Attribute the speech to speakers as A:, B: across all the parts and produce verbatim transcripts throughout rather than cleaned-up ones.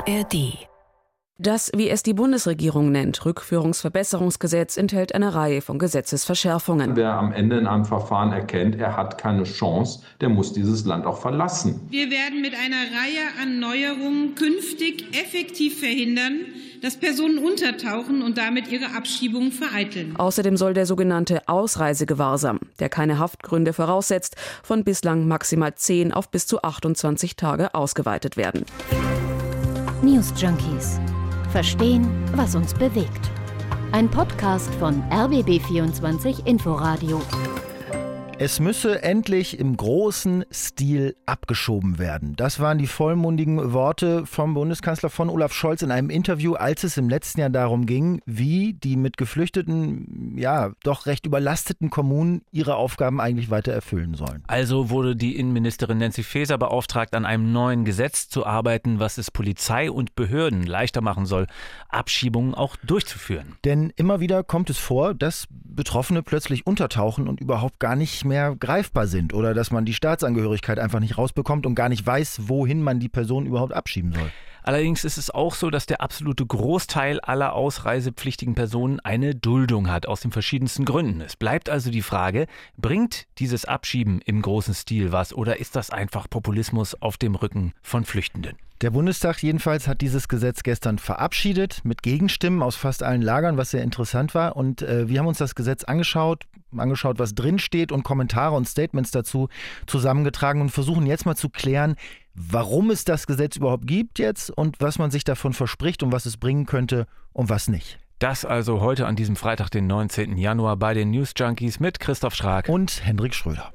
A: A R D.
B: Das, wie es die Bundesregierung nennt, Rückführungsverbesserungsgesetz enthält eine Reihe von Gesetzesverschärfungen.
C: Wer am Ende in einem Verfahren erkennt, er hat keine Chance, der muss dieses Land auch verlassen.
D: Wir werden mit einer Reihe an Neuerungen künftig effektiv verhindern, dass Personen untertauchen und damit ihre Abschiebung vereiteln.
B: Außerdem soll der sogenannte Ausreisegewahrsam, der keine Haftgründe voraussetzt, von bislang maximal zehn auf bis zu achtundzwanzig Tage ausgeweitet werden.
E: News Junkies. Verstehen, was uns bewegt. Ein Podcast von R B B vierundzwanzig Inforadio.
F: Es müsse endlich im großen Stil abgeschoben werden. Das waren die vollmundigen Worte vom Bundeskanzler von Olaf Scholz in einem Interview, als es im letzten Jahr darum ging, wie die mit geflüchteten, ja, doch recht überlasteten Kommunen ihre Aufgaben eigentlich weiter erfüllen sollen.
G: Also wurde die Innenministerin Nancy Faeser beauftragt, an einem neuen Gesetz zu arbeiten, was es Polizei und Behörden leichter machen soll, Abschiebungen auch durchzuführen.
F: Denn immer wieder kommt es vor, dass Betroffene plötzlich untertauchen und überhaupt gar nicht mehr greifbar sind oder dass man die Staatsangehörigkeit einfach nicht rausbekommt und gar nicht weiß, wohin man die Person überhaupt abschieben soll.
G: Allerdings ist es auch so, dass der absolute Großteil aller ausreisepflichtigen Personen eine Duldung hat, aus den verschiedensten Gründen. Es bleibt also die Frage, bringt dieses Abschieben im großen Stil was oder ist das einfach Populismus auf dem Rücken von Flüchtenden?
F: Der Bundestag jedenfalls hat dieses Gesetz gestern verabschiedet, mit Gegenstimmen aus fast allen Lagern, was sehr interessant war. Und äh, wir haben uns das Gesetz angeschaut, angeschaut, was drin steht und Kommentare und Statements dazu zusammengetragen und versuchen jetzt mal zu klären, warum es das Gesetz überhaupt gibt jetzt und was man sich davon verspricht und was es bringen könnte und was nicht.
G: Das also heute an diesem Freitag, den neunzehnten Januar bei den News Junkies mit Christoph Schrag
F: und Hendrik Schröder.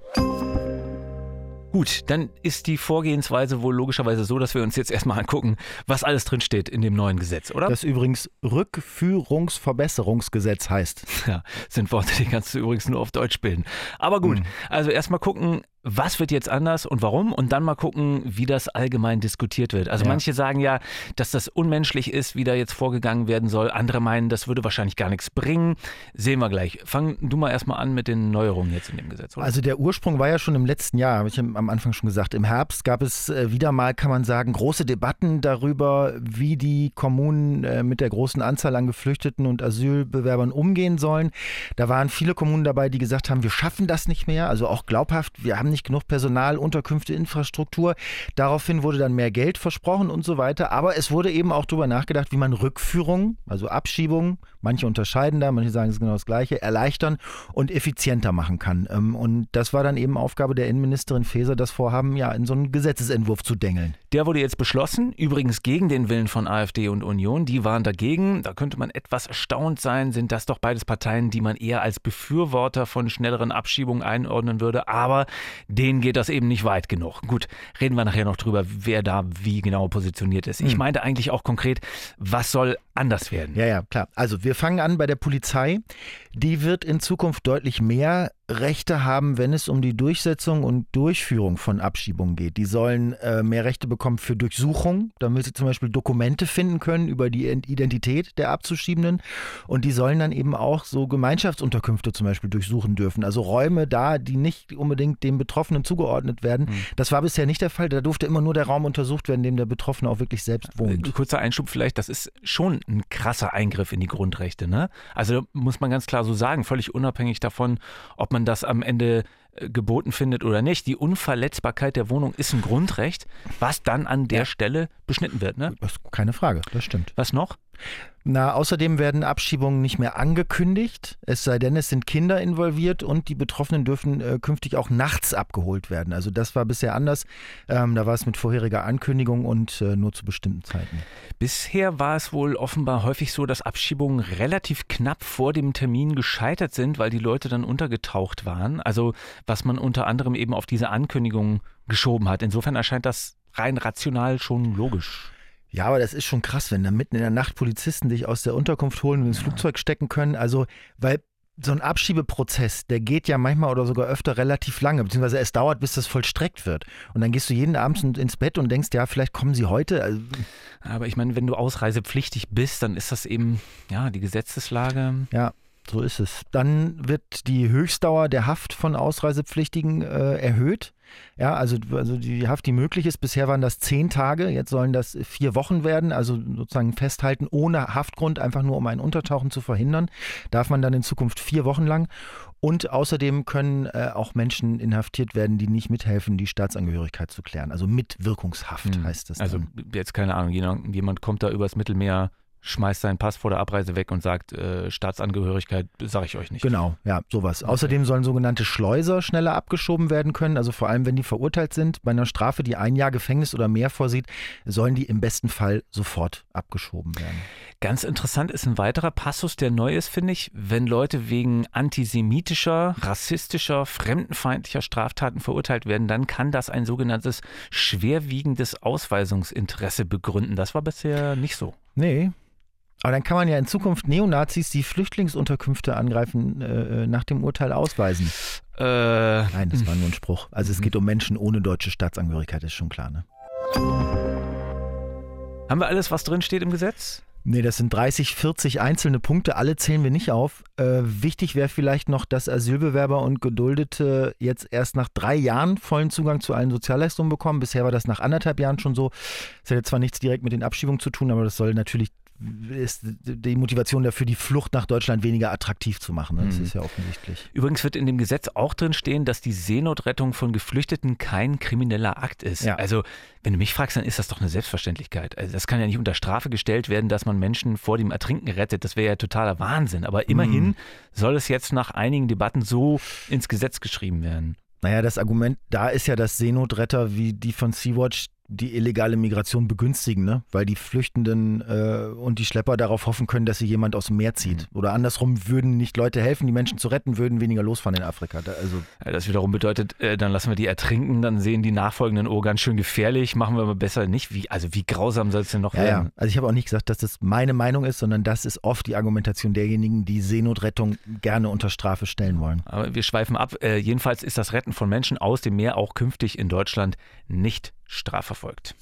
G: Gut, dann ist die Vorgehensweise wohl logischerweise so, dass wir uns jetzt erstmal angucken, was alles drinsteht in dem neuen Gesetz, oder?
F: Das übrigens Rückführungsverbesserungsgesetz heißt.
G: Ja, sind Worte, die kannst du übrigens nur auf Deutsch bilden. Aber gut, mhm. also erstmal gucken, was wird jetzt anders und warum? Und dann mal gucken, wie das allgemein diskutiert wird. Also ja. Manche sagen ja, dass das unmenschlich ist, wie da jetzt vorgegangen werden soll. Andere meinen, das würde wahrscheinlich gar nichts bringen. Sehen wir gleich. Fang du mal erstmal an mit den Neuerungen jetzt in dem Gesetz, oder?
F: Also der Ursprung war ja schon im letzten Jahr, habe ich am Anfang schon gesagt. Im Herbst gab es wieder mal, kann man sagen, große Debatten darüber, wie die Kommunen mit der großen Anzahl an Geflüchteten und Asylbewerbern umgehen sollen. Da waren viele Kommunen dabei, die gesagt haben, wir schaffen das nicht mehr. Also auch glaubhaft, wir haben nicht genug Personal, Unterkünfte, Infrastruktur. Daraufhin wurde dann mehr Geld versprochen und so weiter. Aber es wurde eben auch darüber nachgedacht, wie man Rückführungen, also Abschiebungen, manche unterscheiden da, manche sagen, es ist genau das Gleiche, erleichtern und effizienter machen kann. Und das war dann eben Aufgabe der Innenministerin Faeser, das Vorhaben ja in so einen Gesetzesentwurf zu dengeln.
G: Der wurde jetzt beschlossen, übrigens gegen den Willen von AfD und Union. Die waren dagegen. Da könnte man etwas erstaunt sein, sind das doch beides Parteien, die man eher als Befürworter von schnelleren Abschiebungen einordnen würde. Aber denen geht das eben nicht weit genug. Gut, reden wir nachher noch drüber, wer da wie genau positioniert ist. Ich meinte eigentlich auch konkret, was soll anders werden?
F: Ja, ja, klar. Also wir fangen an bei der Polizei. Die wird in Zukunft deutlich mehr Rechte haben, wenn es um die Durchsetzung und Durchführung von Abschiebungen geht. Die sollen äh, mehr Rechte bekommen für Durchsuchung, damit sie zum Beispiel Dokumente finden können über die Identität der Abzuschiebenden. Und die sollen dann eben auch so Gemeinschaftsunterkünfte zum Beispiel durchsuchen dürfen. Also Räume da, die nicht unbedingt dem Betroffenen zugeordnet werden. Mhm. Das war bisher nicht der Fall. Da durfte immer nur der Raum untersucht werden, in dem der Betroffene auch wirklich selbst wohnt.
G: Kurzer Einschub vielleicht, das ist schon ein krasser Eingriff in die Grundrechte, ne? Also muss man ganz klar so sagen, völlig unabhängig davon, ob man das am Ende geboten findet oder nicht. Die Unverletzbarkeit der Wohnung ist ein Grundrecht, was dann an der ja. Stelle beschnitten wird, ne?
F: Das ist keine Frage, das stimmt.
G: Was noch?
F: Na, außerdem werden Abschiebungen nicht mehr angekündigt, es sei denn, es sind Kinder involviert und die Betroffenen dürfen äh, künftig auch nachts abgeholt werden. Also das war bisher anders. Ähm, da war es mit vorheriger Ankündigung und äh, nur zu bestimmten Zeiten.
G: Bisher war es wohl offenbar häufig so, dass Abschiebungen relativ knapp vor dem Termin gescheitert sind, weil die Leute dann untergetaucht waren. Also was man unter anderem eben auf diese Ankündigung geschoben hat. Insofern erscheint das rein rational schon logisch.
F: Ja, aber das ist schon krass, wenn da mitten in der Nacht Polizisten dich aus der Unterkunft holen und ins Flugzeug stecken können. Also, weil so ein Abschiebeprozess, der geht ja manchmal oder sogar öfter relativ lange, beziehungsweise es dauert, bis das vollstreckt wird. Und dann gehst du jeden Abend ins Bett und denkst, ja, vielleicht kommen sie heute. Also
G: aber ich meine, wenn du ausreisepflichtig bist, dann ist das eben, ja, die Gesetzeslage.
F: Ja. So ist es. Dann wird die Höchstdauer der Haft von Ausreisepflichtigen äh, erhöht. Ja, also, also die Haft, die möglich ist. Bisher waren das zehn Tage, jetzt sollen das vier Wochen werden. Also sozusagen festhalten ohne Haftgrund, einfach nur um ein Untertauchen zu verhindern. Darf man dann in Zukunft vier Wochen lang. Und außerdem können äh, auch Menschen inhaftiert werden, die nicht mithelfen, die Staatsangehörigkeit zu klären. Also Mitwirkungshaft hm. heißt das.
G: Also
F: dann.
G: Jetzt keine Ahnung, jemand kommt da übers Mittelmeer, schmeißt seinen Pass vor der Abreise weg und sagt, äh, Staatsangehörigkeit sage ich euch nicht.
F: Genau, ja, sowas.
G: Okay.
F: Außerdem sollen sogenannte Schleuser schneller abgeschoben werden können, also vor allem, wenn die verurteilt sind. Bei einer Strafe, die ein Jahr Gefängnis oder mehr vorsieht, sollen die im besten Fall sofort abgeschoben werden.
G: Ganz interessant ist ein weiterer Passus, der neu ist, finde ich, wenn Leute wegen antisemitischer, rassistischer, fremdenfeindlicher Straftaten verurteilt werden, dann kann das ein sogenanntes schwerwiegendes Ausweisungsinteresse begründen. Das war bisher nicht so.
F: Nee. Aber dann kann man ja in Zukunft Neonazis, die Flüchtlingsunterkünfte angreifen, äh, nach dem Urteil ausweisen.
G: Äh,
F: Nein, das war nur ein Spruch. Also es geht um Menschen ohne deutsche Staatsangehörigkeit, ist schon klar, ne?
G: Haben wir alles, was drin steht im Gesetz?
F: Nee, das sind dreißig, vierzig einzelne Punkte, alle zählen wir nicht auf. Äh, wichtig wäre vielleicht noch, dass Asylbewerber und Geduldete jetzt erst nach drei Jahren vollen Zugang zu allen Sozialleistungen bekommen. Bisher war das nach anderthalb Jahren schon so. Das hat jetzt zwar nichts direkt mit den Abschiebungen zu tun, aber das soll natürlich ist die Motivation dafür, die Flucht nach Deutschland weniger attraktiv zu machen. Das ist ja offensichtlich.
G: Übrigens wird in dem Gesetz auch drin stehen, dass die Seenotrettung von Geflüchteten kein krimineller Akt ist.
F: Ja.
G: Also wenn du mich fragst, dann ist das doch eine Selbstverständlichkeit. Also das kann ja nicht unter Strafe gestellt werden, dass man Menschen vor dem Ertrinken rettet. Das wäre ja totaler Wahnsinn. Aber immerhin mhm. soll es jetzt nach einigen Debatten so ins Gesetz geschrieben werden.
F: Naja, das Argument da ist ja, dass Seenotretter wie die von Sea-Watch die illegale Migration begünstigen, ne? Weil die Flüchtenden äh, und die Schlepper darauf hoffen können, dass sie jemand aus dem Meer zieht. Mhm. Oder andersrum, würden nicht Leute helfen, die Menschen zu retten, würden weniger losfahren in Afrika. Da, also
G: ja, das wiederum bedeutet, äh, dann lassen wir die ertrinken, dann sehen die nachfolgenden, oh, ganz schön gefährlich, machen wir aber besser nicht. Wie, also wie grausam soll es denn noch
F: ja,
G: werden?
F: Ja. Also ich habe auch nicht gesagt, dass das meine Meinung ist, sondern das ist oft die Argumentation derjenigen, die Seenotrettung gerne unter Strafe stellen wollen.
G: Aber wir schweifen ab. Äh, jedenfalls ist das Retten von Menschen aus dem Meer auch künftig in Deutschland nicht strafverfolgt.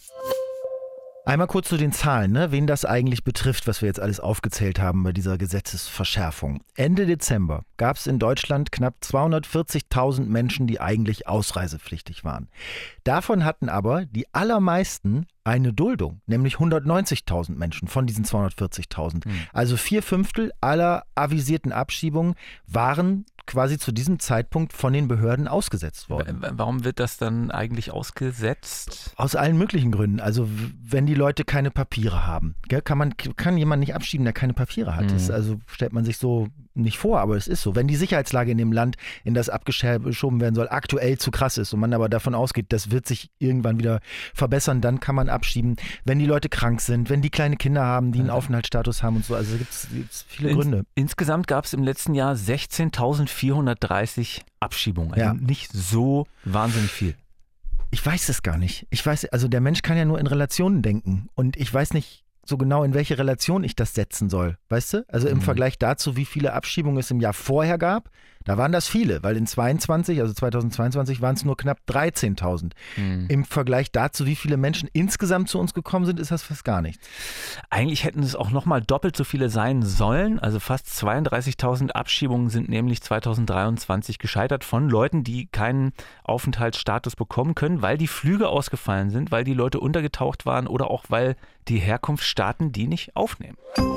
F: Einmal kurz zu den Zahlen, ne? Wen das eigentlich betrifft, was wir jetzt alles aufgezählt haben bei dieser Gesetzesverschärfung. Ende Dezember gab es in Deutschland knapp zweihundertvierzigtausend Menschen, die eigentlich ausreisepflichtig waren. Davon hatten aber die allermeisten eine Duldung, nämlich hundertneunzigtausend Menschen von diesen zweihundertvierzigtausend. Mhm. Also vier Fünftel aller avisierten Abschiebungen waren quasi zu diesem Zeitpunkt von den Behörden ausgesetzt worden.
G: Warum wird das dann eigentlich ausgesetzt?
F: Aus allen möglichen Gründen. Also wenn die Leute keine Papiere haben, gell, kann man kann jemand nicht abschieben, der keine Papiere hat. Mhm. Das also stellt man sich so nicht vor, aber es ist so. Wenn die Sicherheitslage in dem Land, in das abgeschoben werden soll, aktuell zu krass ist und man aber davon ausgeht, das wird sich irgendwann wieder verbessern, dann kann man abschieben. Wenn die Leute krank sind, wenn die kleine Kinder haben, die einen Aufenthaltsstatus haben und so. Also gibt es viele
G: Ins,
F: Gründe.
G: Insgesamt gab es im letzten Jahr sechzehntausendvierhundertdreißig Abschiebungen. Also
F: ja.
G: nicht so wahnsinnig viel.
F: Ich weiß es gar nicht. Ich weiß, also der Mensch kann ja nur in Relationen denken und ich weiß nicht so genau, in welche Relation ich das setzen soll. Weißt du? Also im mhm. Vergleich dazu, wie viele Abschiebungen es im Jahr vorher gab, da waren das viele, weil in zweiundzwanzig, also zweitausendzweiundzwanzig, waren es nur knapp dreizehntausend. Mhm. Im Vergleich dazu, wie viele Menschen insgesamt zu uns gekommen sind, ist das fast gar nichts.
G: Eigentlich hätten es auch nochmal doppelt so viele sein sollen. Also fast zweiunddreißigtausend Abschiebungen sind nämlich zweitausenddreiundzwanzig gescheitert von Leuten, die keinen Aufenthaltsstatus bekommen können, weil die Flüge ausgefallen sind, weil die Leute untergetaucht waren oder auch weil die Herkunftsstaaten die nicht aufnehmen.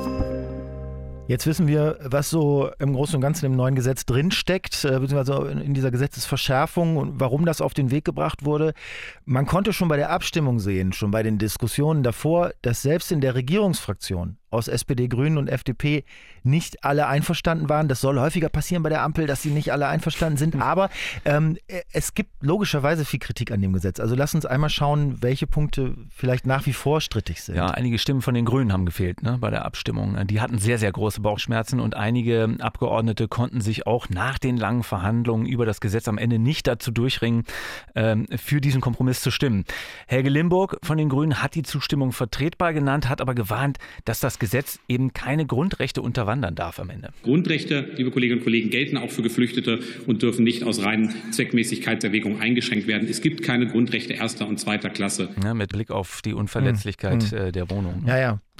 F: Jetzt wissen wir, was so im Großen und Ganzen im neuen Gesetz drinsteckt, beziehungsweise in dieser Gesetzesverschärfung und warum das auf den Weg gebracht wurde. Man konnte schon bei der Abstimmung sehen, schon bei den Diskussionen davor, dass selbst in der Regierungsfraktion aus S P D, Grünen und F D P nicht alle einverstanden waren. Das soll häufiger passieren bei der Ampel, dass sie nicht alle einverstanden sind. Aber ähm, es gibt logischerweise viel Kritik an dem Gesetz. Also lass uns einmal schauen, welche Punkte vielleicht nach wie vor strittig sind.
G: Ja, einige Stimmen von den Grünen haben gefehlt, ne, bei der Abstimmung. Die hatten sehr, sehr große Bauchschmerzen und einige Abgeordnete konnten sich auch nach den langen Verhandlungen über das Gesetz am Ende nicht dazu durchringen, ähm, für diesen Kompromiss zu stimmen. Helge Limburg von den Grünen hat die Zustimmung vertretbar genannt, hat aber gewarnt, dass das Gesetz eben keine Grundrechte unterwandern darf am Ende.
A: Grundrechte, liebe Kolleginnen und Kollegen, gelten auch für Geflüchtete und dürfen nicht aus reinen Zweckmäßigkeitserwägungen eingeschränkt werden. Es gibt keine Grundrechte erster und zweiter Klasse.
G: Ja, mit Blick auf die Unverletzlichkeit hm. Hm. der Wohnung.
F: Ja, ja.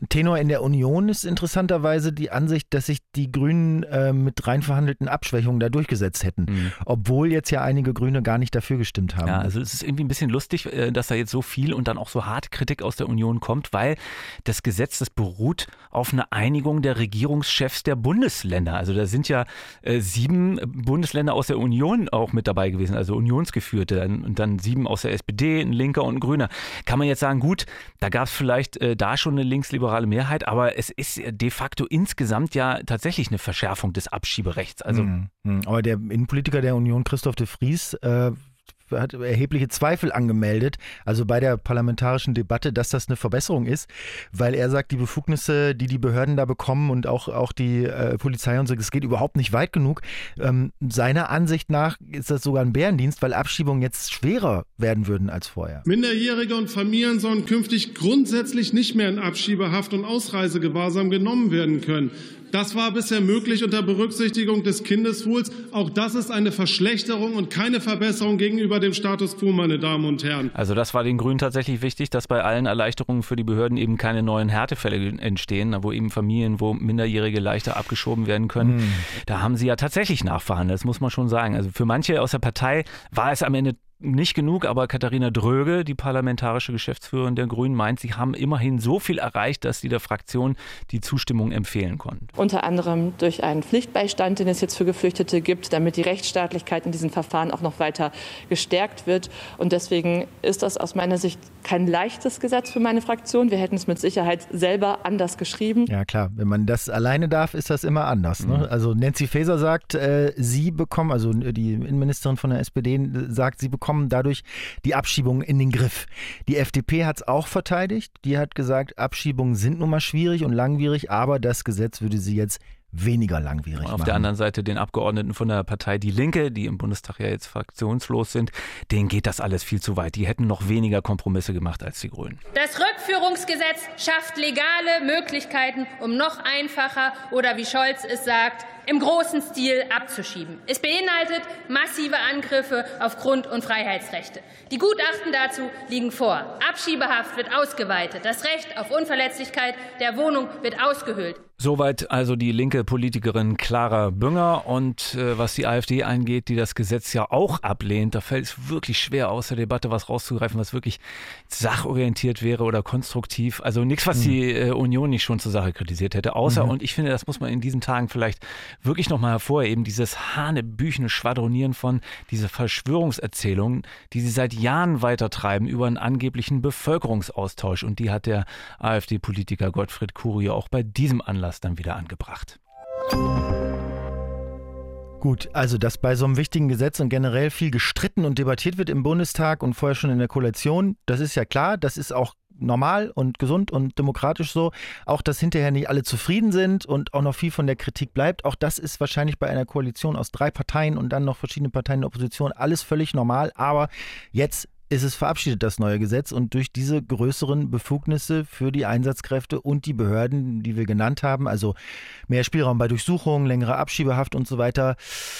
F: Tenor in der Union ist interessanterweise die Ansicht, dass sich die Grünen äh, mit rein verhandelten Abschwächungen da durchgesetzt hätten, mhm. obwohl jetzt ja einige Grüne gar nicht dafür gestimmt haben.
G: Ja, also es ist irgendwie ein bisschen lustig, dass da jetzt so viel und dann auch so harte Kritik aus der Union kommt, weil das Gesetz, das beruht auf einer Einigung der Regierungschefs der Bundesländer. Also da sind ja äh, sieben Bundesländer aus der Union auch mit dabei gewesen, also unionsgeführte und dann sieben aus der S P D, ein Linker und ein Grüner. Kann man jetzt sagen, gut, da gab es vielleicht äh, da schon eine linksliberale Mehrheit, aber es ist de facto insgesamt ja tatsächlich eine Verschärfung des Abschieberechts. Also,
F: mhm. Aber der Innenpolitiker der Union, Christoph de Vries, äh, hat erhebliche Zweifel angemeldet, also bei der parlamentarischen Debatte, dass das eine Verbesserung ist, weil er sagt, die Befugnisse, die die Behörden da bekommen und auch, auch die äh, Polizei und so, es geht überhaupt nicht weit genug. Ähm, seiner Ansicht nach ist das sogar ein Bärendienst, weil Abschiebungen jetzt schwerer werden würden als vorher.
H: Minderjährige und Familien sollen künftig grundsätzlich nicht mehr in Abschiebehaft und Ausreisegewahrsam genommen werden können. Das war bisher möglich unter Berücksichtigung des Kindeswohls. Auch das ist eine Verschlechterung und keine Verbesserung gegenüber dem Status quo, meine Damen und Herren.
G: Also das war den Grünen tatsächlich wichtig, dass bei allen Erleichterungen für die Behörden eben keine neuen Härtefälle entstehen, wo eben Familien, wo Minderjährige leichter abgeschoben werden können. Mhm. Da haben sie ja tatsächlich nachverhandelt, das muss man schon sagen. Also für manche aus der Partei war es am Ende nicht genug, aber Katharina Dröge, die parlamentarische Geschäftsführerin der Grünen, meint, sie haben immerhin so viel erreicht, dass sie der Fraktion die Zustimmung empfehlen konnten.
I: Unter anderem durch einen Pflichtbeistand, den es jetzt für Geflüchtete gibt, damit die Rechtsstaatlichkeit in diesen Verfahren auch noch weiter gestärkt wird. Und deswegen ist das aus meiner Sicht kein leichtes Gesetz für meine Fraktion. Wir hätten es mit Sicherheit selber anders geschrieben.
F: Ja klar, wenn man das alleine darf, ist das immer anders. Ne? Also Nancy Faeser sagt, äh, sie bekommen, also die Innenministerin von der S P D sagt, sie bekommen dadurch die Abschiebungen in den Griff. Die F D P hat es auch verteidigt. Die hat gesagt, Abschiebungen sind nun mal schwierig und langwierig, aber das Gesetz würde sie jetzt weniger langwierig machen.
G: Auf der anderen Seite den Abgeordneten von der Partei Die Linke, die im Bundestag ja jetzt fraktionslos sind, denen geht das alles viel zu weit. Die hätten noch weniger Kompromisse gemacht als die Grünen.
J: Das Rückführungsgesetz schafft legale Möglichkeiten, um noch einfacher oder wie Scholz es sagt, im großen Stil abzuschieben. Es beinhaltet massive Angriffe auf Grund- und Freiheitsrechte. Die Gutachten dazu liegen vor. Abschiebehaft wird ausgeweitet. Das Recht auf Unverletzlichkeit der Wohnung wird ausgehöhlt.
G: Soweit also die linke Politikerin Clara Bünger. Und äh, was die AfD angeht, die das Gesetz ja auch ablehnt, da fällt es wirklich schwer aus der Debatte was rauszugreifen, was wirklich sachorientiert wäre oder konstruktiv. Also nichts, was mhm. die äh, Union nicht schon zur Sache kritisiert hätte. Außer, mhm. und ich finde, das muss man in diesen Tagen vielleicht wirklich nochmal hervorheben, dieses hanebüchene Schwadronieren von dieser Verschwörungserzählungen, die sie seit Jahren weitertreiben über einen angeblichen Bevölkerungsaustausch. Und die hat der AfD-Politiker Gottfried Kurie auch bei diesem Anlass dann wieder angebracht.
F: Gut, also dass bei so einem wichtigen Gesetz und generell viel gestritten und debattiert wird im Bundestag und vorher schon in der Koalition, das ist ja klar, das ist auch normal und gesund und demokratisch so. Auch, dass hinterher nicht alle zufrieden sind und auch noch viel von der Kritik bleibt, auch das ist wahrscheinlich bei einer Koalition aus drei Parteien und dann noch verschiedene Parteien der Opposition alles völlig normal, aber jetzt ist es verabschiedet, das neue Gesetz, und durch diese größeren Befugnisse für die Einsatzkräfte und die Behörden, die wir genannt haben, also mehr Spielraum bei Durchsuchungen, längere Abschiebehaft und so weiter.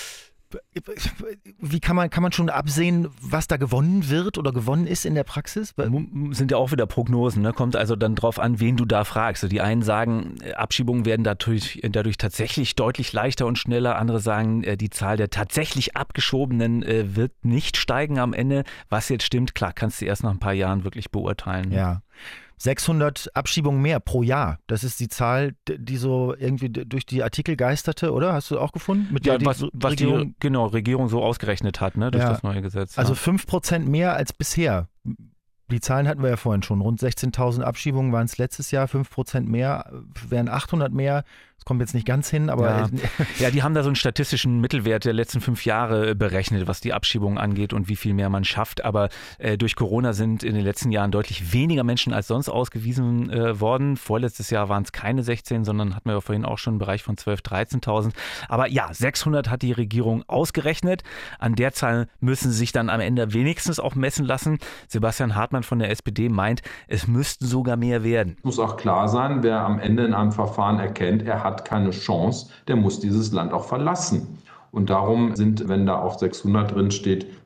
F: Wie kann man, kann man schon absehen, was da gewonnen wird oder gewonnen ist in der Praxis?
G: Sind ja auch wieder Prognosen, ne? Kommt also dann drauf an, wen du da fragst. Die einen sagen, Abschiebungen werden dadurch, dadurch tatsächlich deutlich leichter und schneller. Andere sagen, die Zahl der tatsächlich Abgeschobenen wird nicht steigen am Ende. Was jetzt stimmt, klar, kannst du erst nach ein paar Jahren wirklich beurteilen.
F: Ja. sechshundert Abschiebungen mehr pro Jahr. Das ist die Zahl, die so irgendwie durch die Artikel geisterte, oder? Hast du auch gefunden? Mit
G: ja,
F: der
G: was,
F: die
G: was
F: Regierung,
G: die genau, Regierung so ausgerechnet hat, ne, durch ja. das neue Gesetz.
F: Also
G: ja.
F: fünf Prozent mehr als bisher. Die Zahlen hatten wir ja vorhin schon. Rund sechzehntausend Abschiebungen waren es letztes Jahr, fünf Prozent mehr, wären achthundert mehr. Das kommt jetzt nicht ganz hin, aber...
G: Ja. ja, die haben da so einen statistischen Mittelwert der letzten fünf Jahre berechnet, was die Abschiebungen angeht und wie viel mehr man schafft. Aber äh, durch Corona sind in den letzten Jahren deutlich weniger Menschen als sonst ausgewiesen äh, worden. Vorletztes Jahr waren es keine sechzehn, sondern hatten wir ja vorhin auch schon einen Bereich von zwölftausend, dreizehntausend. Aber ja, sechshundert hat die Regierung ausgerechnet. An der Zahl müssen sie sich dann am Ende wenigstens auch messen lassen. Sebastian Hartmann von der S P D meint, es müssten sogar mehr werden.
C: Es muss auch klar sein, wer am Ende in einem Verfahren erkennt, er hat keine Chance, der muss dieses Land auch verlassen. Und darum sind, wenn da auch sechshundert drin steht,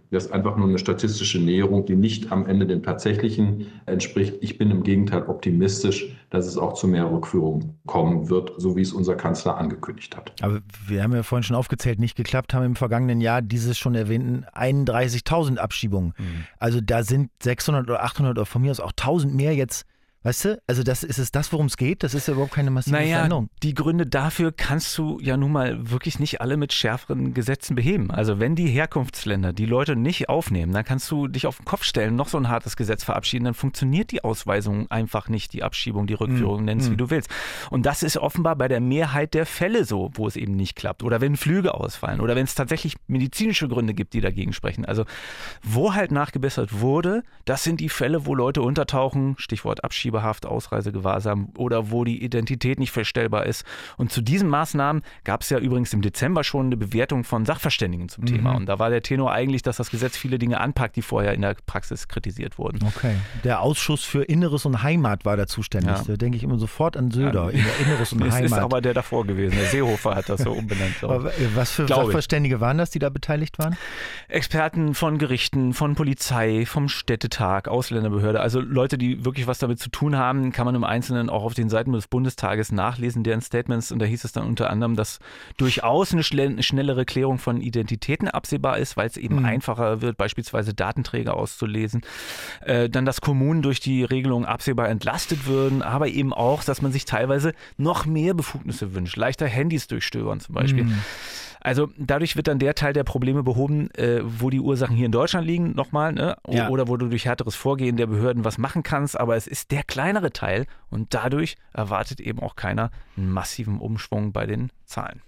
C: Das ist einfach nur eine statistische Näherung, die nicht am Ende dem tatsächlichen entspricht. Ich bin im Gegenteil optimistisch, dass es auch zu mehr Rückführungen kommen wird, so wie es unser Kanzler angekündigt hat.
F: Aber wir haben ja vorhin schon aufgezählt, nicht geklappt, haben im vergangenen Jahr diese schon erwähnten einunddreißigtausend Abschiebungen. Mhm. Also da sind sechshundert oder achthundert oder von mir aus auch tausend mehr jetzt. Weißt du, also das ist es das, worum es geht? Das ist ja überhaupt keine massive
G: naja,
F: Veränderung.
G: Die Gründe dafür kannst du ja nun mal wirklich nicht alle mit schärferen Gesetzen beheben. Also wenn die Herkunftsländer die Leute nicht aufnehmen, dann kannst du dich auf den Kopf stellen, noch so ein hartes Gesetz verabschieden, dann funktioniert die Ausweisung einfach nicht, die Abschiebung, die Rückführung, mm. nenn es wie du willst. Und das ist offenbar bei der Mehrheit der Fälle so, wo es eben nicht klappt. Oder wenn Flüge ausfallen oder wenn es tatsächlich medizinische Gründe gibt, die dagegen sprechen. Also wo halt nachgebessert wurde, das sind die Fälle, wo Leute untertauchen, Stichwort Abschiebehaft, Ausreisegewahrsam oder wo die Identität nicht feststellbar ist. Und zu diesen Maßnahmen gab es ja übrigens im Dezember schon eine Bewertung von Sachverständigen zum mhm. Thema. Und da war der Tenor eigentlich, dass das Gesetz viele Dinge anpackt, die vorher in der Praxis kritisiert wurden.
F: Okay. Der Ausschuss für Inneres und Heimat war da zuständig. Ja. Da denke ich immer sofort an Söder, ja. Inneres und
G: es
F: Heimat.
G: Das ist aber der davor gewesen. Der Seehofer hat das so umbenannt.
F: Aber was für Sachverständige waren das, die da beteiligt waren?
G: Experten von Gerichten, von Polizei, vom Städtetag, Ausländerbehörde. Also Leute, die wirklich was damit zu tun haben, kann man im Einzelnen auch auf den Seiten des Bundestages nachlesen, deren Statements. Und da hieß es dann unter anderem, dass durchaus eine schnellere Klärung von Identitäten absehbar ist, weil es eben mhm. einfacher wird, beispielsweise Datenträger auszulesen. Äh, dann, dass Kommunen durch die Regelung absehbar entlastet würden, aber eben auch, dass man sich teilweise noch mehr Befugnisse wünscht. Leichter Handys durchstöbern zum Beispiel. Mhm. Also dadurch wird dann der Teil der Probleme behoben, äh, wo die Ursachen hier in Deutschland liegen, nochmal, ne? Ja. Oder wo du durch härteres Vorgehen der Behörden was machen kannst. Aber es ist der kleinere Teil und dadurch erwartet eben auch keiner einen massiven Umschwung bei den Zahlen.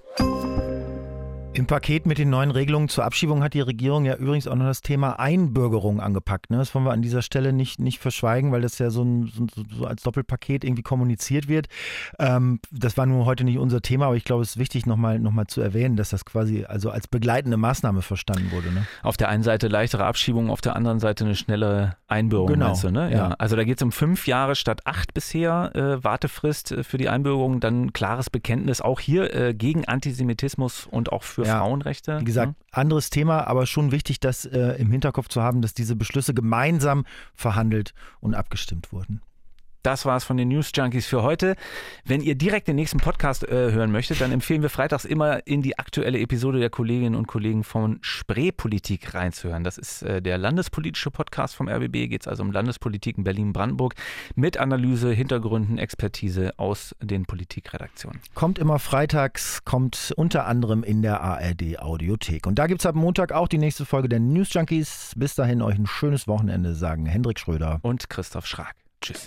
F: Im Paket mit den neuen Regelungen zur Abschiebung hat die Regierung ja übrigens auch noch das Thema Einbürgerung angepackt. Ne? Das wollen wir an dieser Stelle nicht, nicht verschweigen, weil das ja so, ein, so, so als Doppelpaket irgendwie kommuniziert wird. Ähm, das war nur heute nicht unser Thema, aber ich glaube, es ist wichtig, nochmal noch mal zu erwähnen, dass das quasi also als begleitende Maßnahme verstanden wurde. Ne?
G: Auf der einen Seite leichtere Abschiebung, auf der anderen Seite eine schnellere Einbürgerung.
F: Genau.
G: Meinst du, ne? ja. Ja. Also da geht es um fünf Jahre statt acht bisher äh, Wartefrist äh, für die Einbürgerung. Dann klares Bekenntnis auch hier äh, gegen Antisemitismus und auch für ja. Frauenrechte.
F: Wie gesagt, anderes Thema, aber schon wichtig, das äh, im Hinterkopf zu haben, dass diese Beschlüsse gemeinsam verhandelt und abgestimmt wurden.
G: Das war's von den News Junkies für heute. Wenn ihr direkt den nächsten Podcast äh, hören möchtet, dann empfehlen wir freitags immer in die aktuelle Episode der Kolleginnen und Kollegen von Spreepolitik reinzuhören. Das ist äh, der landespolitische Podcast vom R B B. Geht es also um Landespolitik in Berlin-Brandenburg mit Analyse, Hintergründen, Expertise aus den Politikredaktionen.
F: Kommt immer freitags, kommt unter anderem in der A R D Audiothek. Und da gibt es ab Montag auch die nächste Folge der News Junkies. Bis dahin euch ein schönes Wochenende, sagen Hendrik Schröder
G: und Christoph Schrag. Tschüss.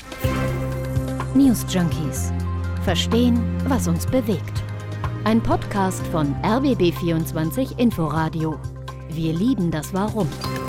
E: News Junkies. Verstehen, was uns bewegt. Ein Podcast von R B B vierundzwanzig Inforadio. Wir lieben das Warum.